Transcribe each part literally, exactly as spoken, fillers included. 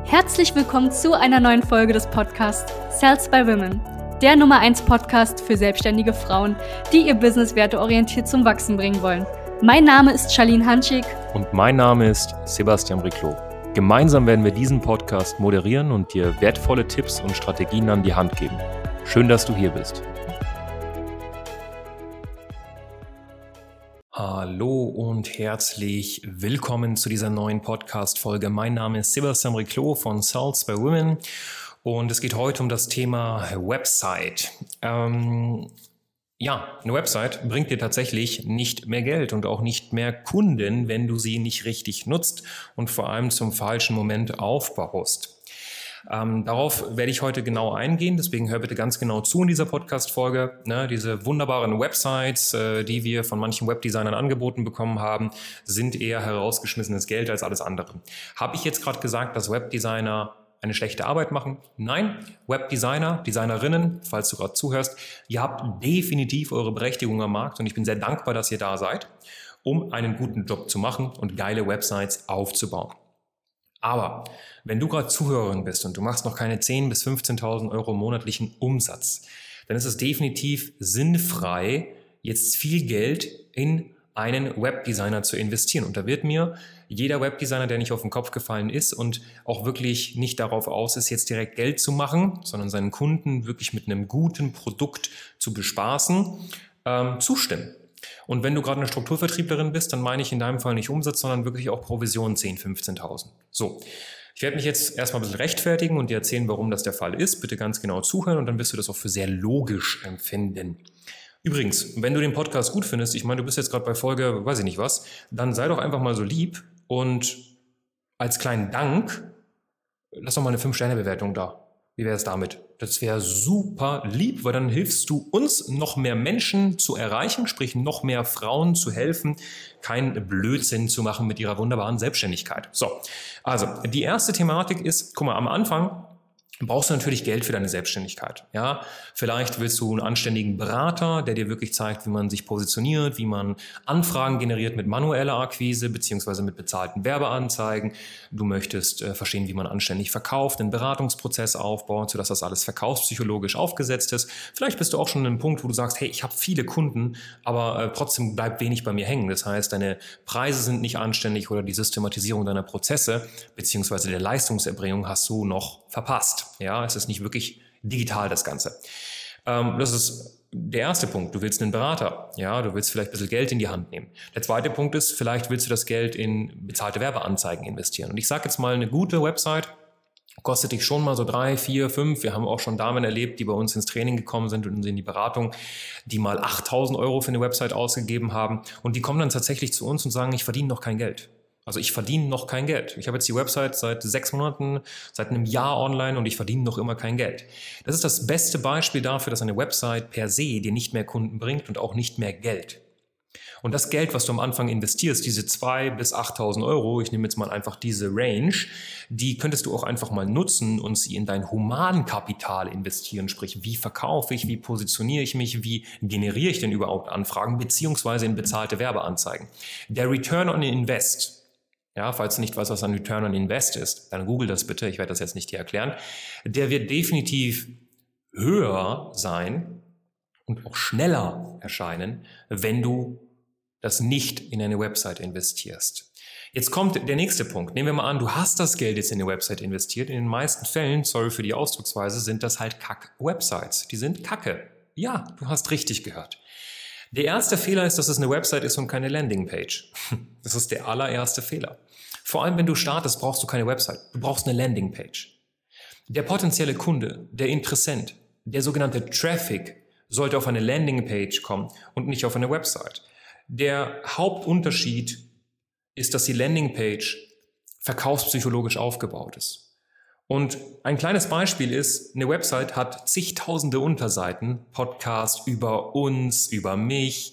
Herzlich willkommen zu einer neuen Folge des Podcasts Sales by Women, der Nummer eins Podcast für selbstständige Frauen, die ihr Business werteorientiert zum Wachsen bringen wollen. Mein Name ist Charlene Hanschig. Und mein Name ist Sebastian Riclo. Gemeinsam werden wir diesen Podcast moderieren und dir wertvolle Tipps und Strategien an die Hand geben. Schön, dass du hier bist. Hallo und herzlich willkommen zu dieser neuen Podcast-Folge. Mein Name ist Sebastian Riclo von Sales by Women und es geht heute um das Thema Website. Ähm, ja, eine Website bringt dir tatsächlich nicht mehr Geld und auch nicht mehr Kunden, wenn du sie nicht richtig nutzt und vor allem zum falschen Moment aufbaust. Ähm, darauf werde ich heute genau eingehen, deswegen hör bitte ganz genau zu in dieser Podcast-Folge. Ne, diese wunderbaren Websites, äh, die wir von manchen Webdesignern angeboten bekommen haben, sind eher herausgeschmissenes Geld als alles andere. Habe ich jetzt gerade gesagt, dass Webdesigner eine schlechte Arbeit machen? Nein, Webdesigner, Designerinnen, falls du gerade zuhörst, ihr habt definitiv eure Berechtigung am Markt und ich bin sehr dankbar, dass ihr da seid, um einen guten Job zu machen und geile Websites aufzubauen. Aber wenn du gerade Zuhörerin bist und du machst noch keine zehntausend bis fünfzehntausend Euro monatlichen Umsatz, dann ist es definitiv sinnfrei, jetzt viel Geld in einen Webdesigner zu investieren. Und da wird mir jeder Webdesigner, der nicht auf den Kopf gefallen ist und auch wirklich nicht darauf aus ist, jetzt direkt Geld zu machen, sondern seinen Kunden wirklich mit einem guten Produkt zu bespaßen, ähm, zustimmen. Und wenn du gerade eine Strukturvertrieblerin bist, dann meine ich in deinem Fall nicht Umsatz, sondern wirklich auch Provision zehntausend, fünfzehntausend. So, ich werde mich jetzt erstmal ein bisschen rechtfertigen und dir erzählen, warum das der Fall ist. Bitte ganz genau zuhören und dann wirst du das auch für sehr logisch empfinden. Übrigens, wenn du den Podcast gut findest, ich meine, du bist jetzt gerade bei Folge, weiß ich nicht was, dann sei doch einfach mal so lieb und als kleinen Dank, lass doch mal eine fünf Sterne Bewertung da. Wie wäre es damit? Das wäre super lieb, weil dann hilfst du uns, noch mehr Menschen zu erreichen, sprich noch mehr Frauen zu helfen, keinen Blödsinn zu machen mit ihrer wunderbaren Selbstständigkeit. So, also die erste Thematik ist, guck mal, am Anfang brauchst du natürlich Geld für deine Selbstständigkeit. Ja, vielleicht willst du einen anständigen Berater, der dir wirklich zeigt, wie man sich positioniert, wie man Anfragen generiert mit manueller Akquise beziehungsweise mit bezahlten Werbeanzeigen. Du möchtest äh, verstehen, wie man anständig verkauft, einen Beratungsprozess aufbaut, sodass das alles verkaufspsychologisch aufgesetzt ist. Vielleicht bist du auch schon an einem Punkt, wo du sagst, hey, ich habe viele Kunden, aber äh, trotzdem bleibt wenig bei mir hängen. Das heißt, deine Preise sind nicht anständig oder die Systematisierung deiner Prozesse beziehungsweise der Leistungserbringung hast du noch verpasst. Ja, es ist nicht wirklich digital, das Ganze. Ähm, das ist der erste Punkt. Du willst einen Berater. Ja, du willst vielleicht ein bisschen Geld in die Hand nehmen. Der zweite Punkt ist, vielleicht willst du das Geld in bezahlte Werbeanzeigen investieren. Und ich sage jetzt mal, eine gute Website kostet dich schon mal so drei, vier, fünf. Wir haben auch schon Damen erlebt, die bei uns ins Training gekommen sind und in die Beratung, die mal achttausend Euro für eine Website ausgegeben haben. Und die kommen dann tatsächlich zu uns und sagen, ich verdiene noch kein Geld. Also ich verdiene noch kein Geld. Ich habe jetzt die Website seit sechs Monaten, seit einem Jahr online und ich verdiene noch immer kein Geld. Das ist das beste Beispiel dafür, dass eine Website per se dir nicht mehr Kunden bringt und auch nicht mehr Geld. Und das Geld, was du am Anfang investierst, diese zweitausend bis achttausend Euro, ich nehme jetzt mal einfach diese Range, die könntest du auch einfach mal nutzen und sie in dein Humankapital investieren. Sprich, wie verkaufe ich, wie positioniere ich mich, wie generiere ich denn überhaupt Anfragen, beziehungsweise in bezahlte Werbeanzeigen. Der Return on Invest, ja, falls du nicht weißt, was ein Return on Invest ist, dann google das bitte, ich werde das jetzt nicht dir erklären. Der wird definitiv höher sein und auch schneller erscheinen, wenn du das nicht in eine Website investierst. Jetzt kommt der nächste Punkt. Nehmen wir mal an, du hast das Geld jetzt in eine Website investiert. In den meisten Fällen, sorry für die Ausdrucksweise, sind das halt Kack-Websites. Die sind Kacke. Ja, du hast richtig gehört. Der erste Fehler ist, dass es eine Website ist und keine Landingpage. Das ist der allererste Fehler. Vor allem, wenn du startest, brauchst du keine Website. Du brauchst eine Landingpage. Der potenzielle Kunde, der Interessent, der sogenannte Traffic sollte auf eine Landingpage kommen und nicht auf eine Website. Der Hauptunterschied ist, dass die Landingpage verkaufspsychologisch aufgebaut ist. Und ein kleines Beispiel ist, eine Website hat zigtausende Unterseiten, Podcast über uns, über mich,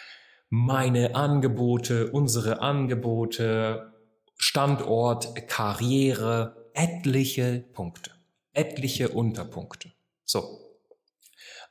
meine Angebote, unsere Angebote, Standort, Karriere, etliche Punkte, etliche Unterpunkte. So.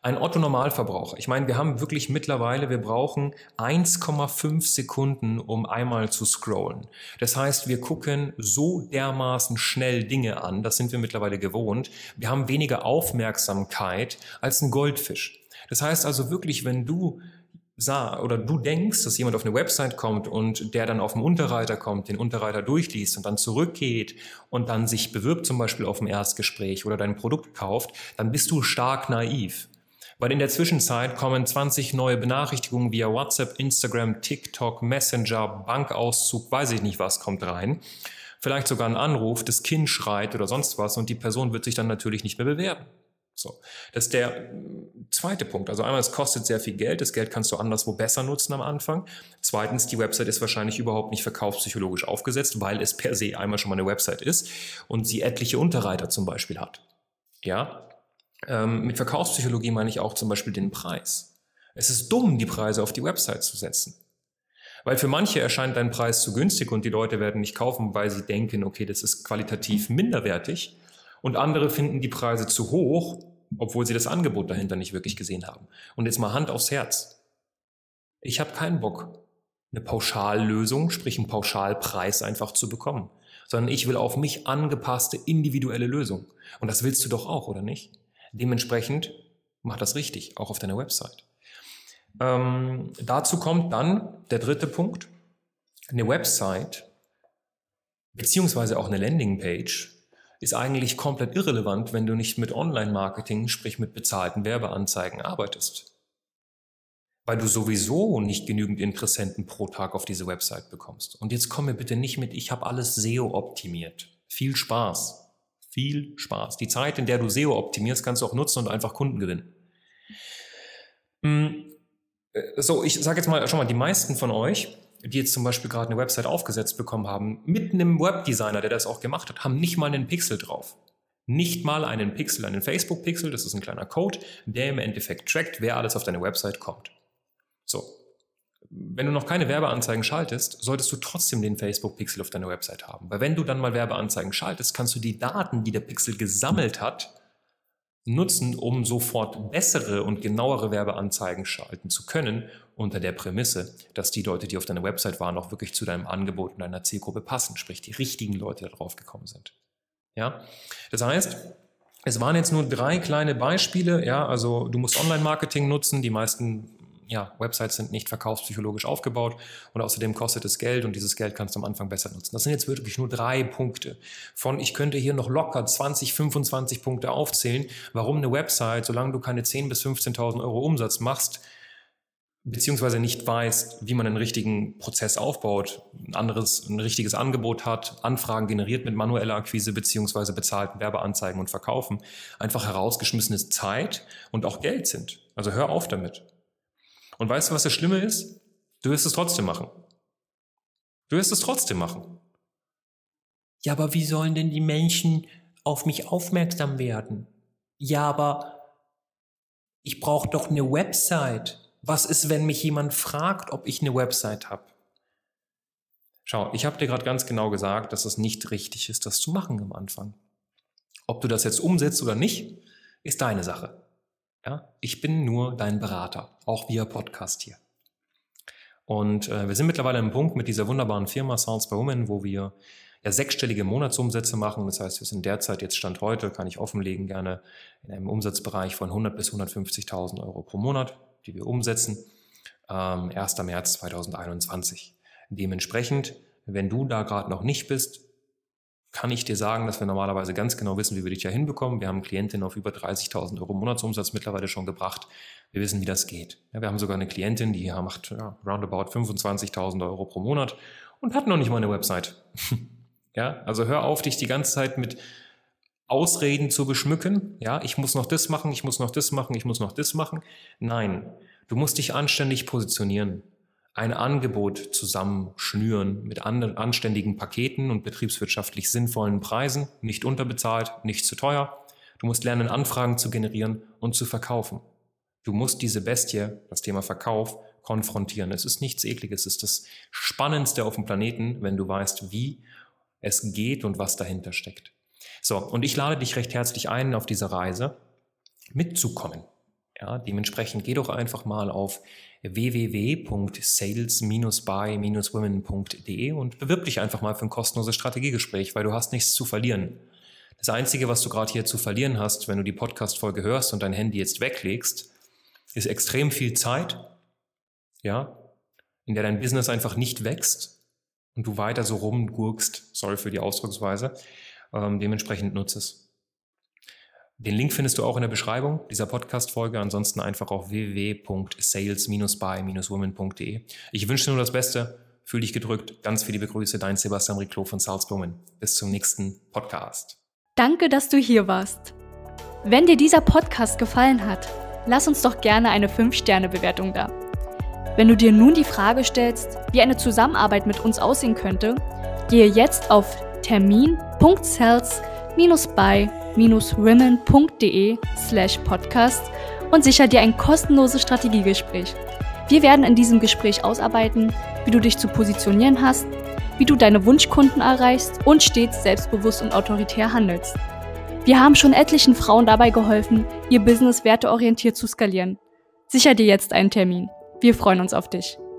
Ein Otto-Normalverbraucher, ich meine, wir haben wirklich mittlerweile, wir brauchen eins Komma fünf Sekunden, um einmal zu scrollen. Das heißt, wir gucken so dermaßen schnell Dinge an, das sind wir mittlerweile gewohnt. Wir haben weniger Aufmerksamkeit als ein Goldfisch. Das heißt also wirklich, wenn du sah oder du denkst, dass jemand auf eine Website kommt und der dann auf den Unterreiter kommt, den Unterreiter durchliest und dann zurückgeht und dann sich bewirbt zum Beispiel auf ein Erstgespräch oder dein Produkt kauft, dann bist du stark naiv. Weil in der Zwischenzeit kommen zwanzig neue Benachrichtigungen via WhatsApp, Instagram, TikTok, Messenger, Bankauszug, weiß ich nicht was kommt rein. Vielleicht sogar ein Anruf, das Kind schreit oder sonst was und die Person wird sich dann natürlich nicht mehr bewerben. So, das ist der zweite Punkt. Also einmal, es kostet sehr viel Geld. Das Geld kannst du anderswo besser nutzen am Anfang. Zweitens, die Website ist wahrscheinlich überhaupt nicht verkaufspsychologisch aufgesetzt, weil es per se einmal schon mal eine Website ist und sie etliche Unterreiter zum Beispiel hat. Ja, ähm, mit Verkaufspsychologie meine ich auch zum Beispiel den Preis. Es ist dumm, die Preise auf die Website zu setzen. Weil für manche erscheint dein Preis zu günstig und die Leute werden nicht kaufen, weil sie denken, okay, das ist qualitativ minderwertig. Und andere finden die Preise zu hoch, obwohl sie das Angebot dahinter nicht wirklich gesehen haben. Und jetzt mal Hand aufs Herz. Ich habe keinen Bock, eine Pauschallösung, sprich einen Pauschalpreis einfach zu bekommen, sondern ich will auf mich angepasste individuelle Lösung. Und das willst du doch auch, oder nicht? Dementsprechend mach das richtig, auch auf deiner Website. Ähm, dazu kommt dann der dritte Punkt. Eine Website beziehungsweise auch eine Landingpage ist eigentlich komplett irrelevant, wenn du nicht mit Online-Marketing, sprich mit bezahlten Werbeanzeigen arbeitest. Weil du sowieso nicht genügend Interessenten pro Tag auf diese Website bekommst. Und jetzt komm mir bitte nicht mit, ich habe alles S E O optimiert. Viel Spaß. Viel Spaß. Die Zeit, in der du S E O optimierst, kannst du auch nutzen und einfach Kunden gewinnen. So, ich sage jetzt mal, schon mal, die meisten von euch, die jetzt zum Beispiel gerade eine Website aufgesetzt bekommen haben, mit einem Webdesigner, der das auch gemacht hat, haben nicht mal einen Pixel drauf. Nicht mal einen Pixel, einen Facebook-Pixel, das ist ein kleiner Code, der im Endeffekt trackt, wer alles auf deine Website kommt. So, wenn du noch keine Werbeanzeigen schaltest, solltest du trotzdem den Facebook-Pixel auf deiner Website haben. Weil wenn du dann mal Werbeanzeigen schaltest, kannst du die Daten, die der Pixel gesammelt hat, nutzen, um sofort bessere und genauere Werbeanzeigen schalten zu können, unter der Prämisse, dass die Leute, die auf deiner Website waren, auch wirklich zu deinem Angebot und deiner Zielgruppe passen, sprich die richtigen Leute, die da drauf gekommen sind. Ja? Das heißt, es waren jetzt nur drei kleine Beispiele, ja, also du musst Online-Marketing nutzen, die meisten ja, Websites sind nicht verkaufspsychologisch aufgebaut und außerdem kostet es Geld und dieses Geld kannst du am Anfang besser nutzen. Das sind jetzt wirklich nur drei Punkte von, ich könnte hier noch locker zwanzig, fünfundzwanzig Punkte aufzählen, warum eine Website, solange du keine zehntausend bis fünfzehntausend Euro Umsatz machst, beziehungsweise nicht weißt, wie man einen richtigen Prozess aufbaut, ein anderes, ein richtiges Angebot hat, Anfragen generiert mit manueller Akquise beziehungsweise bezahlten Werbeanzeigen und Verkaufen, einfach herausgeschmissene Zeit und auch Geld sind. Also hör auf damit. Und weißt du, was das Schlimme ist? Du wirst es trotzdem machen. Du wirst es trotzdem machen. Ja, aber wie sollen denn die Menschen auf mich aufmerksam werden? Ja, aber ich brauche doch eine Website. Was ist, wenn mich jemand fragt, ob ich eine Website habe? Schau, ich habe dir gerade ganz genau gesagt, dass es nicht richtig ist, das zu machen am Anfang. Ob du das jetzt umsetzt oder nicht, ist deine Sache. Ja, ich bin nur dein Berater, auch via Podcast hier. Und äh, wir sind mittlerweile am Punkt mit dieser wunderbaren Firma Sales by Women, wo wir ja sechsstellige Monatsumsätze machen. Das heißt, wir sind derzeit jetzt Stand heute, kann ich offenlegen, gerne in einem Umsatzbereich von hundert bis hundertfünfzigtausend Euro pro Monat, die wir umsetzen, ähm, erster März zweitausendeinundzwanzig. Dementsprechend, wenn du da gerade noch nicht bist, kann ich dir sagen, dass wir normalerweise ganz genau wissen, wie wir dich da hinbekommen. Wir haben Klientinnen auf über dreißigtausend Euro Monatsumsatz mittlerweile schon gebracht. Wir wissen, wie das geht. Ja, wir haben sogar eine Klientin, die macht ja, roundabout fünfundzwanzigtausend Euro pro Monat und hat noch nicht mal eine Website. Ja, also hör auf, dich die ganze Zeit mit Ausreden zu beschmücken. Ja, ich muss noch das machen, ich muss noch das machen, ich muss noch das machen. Nein, du musst dich anständig positionieren. Ein Angebot zusammenschnüren mit an, anständigen Paketen und betriebswirtschaftlich sinnvollen Preisen, nicht unterbezahlt, nicht zu teuer. Du musst lernen, Anfragen zu generieren und zu verkaufen. Du musst diese Bestie, das Thema Verkauf, konfrontieren. Es ist nichts Ekliges, es ist das Spannendste auf dem Planeten, wenn du weißt, wie es geht und was dahinter steckt. So, und ich lade dich recht herzlich ein, auf diese Reise mitzukommen. Ja, dementsprechend geh doch einfach mal auf w w w punkt sales by women punkt d e und bewirb dich einfach mal für ein kostenloses Strategiegespräch, weil du hast nichts zu verlieren. Das Einzige, was du gerade hier zu verlieren hast, wenn du die Podcast-Folge hörst und dein Handy jetzt weglegst, ist extrem viel Zeit, ja, in der dein Business einfach nicht wächst und du weiter so rumgurkst, sorry für die Ausdrucksweise, ähm, dementsprechend nutze es. Den Link findest du auch in der Beschreibung dieser Podcast-Folge, ansonsten einfach auf w w w punkt sales by women punkt d e. Ich wünsche dir nur das Beste, fühl dich gedrückt, ganz viele Grüße, dein Sebastian Riclot von Sales by Women. Bis zum nächsten Podcast. Danke, dass du hier warst. Wenn dir dieser Podcast gefallen hat, lass uns doch gerne eine fünf Sterne Bewertung da. Wenn du dir nun die Frage stellst, wie eine Zusammenarbeit mit uns aussehen könnte, gehe jetzt auf termin punkt sales by women punkt d e slash podcast und sicher dir ein kostenloses Strategiegespräch. Wir werden in diesem Gespräch ausarbeiten, wie du dich zu positionieren hast, wie du deine Wunschkunden erreichst und stets selbstbewusst und autoritär handelst. Wir haben schon etlichen Frauen dabei geholfen, ihr Business werteorientiert zu skalieren. Sicher dir jetzt einen Termin. Wir freuen uns auf dich.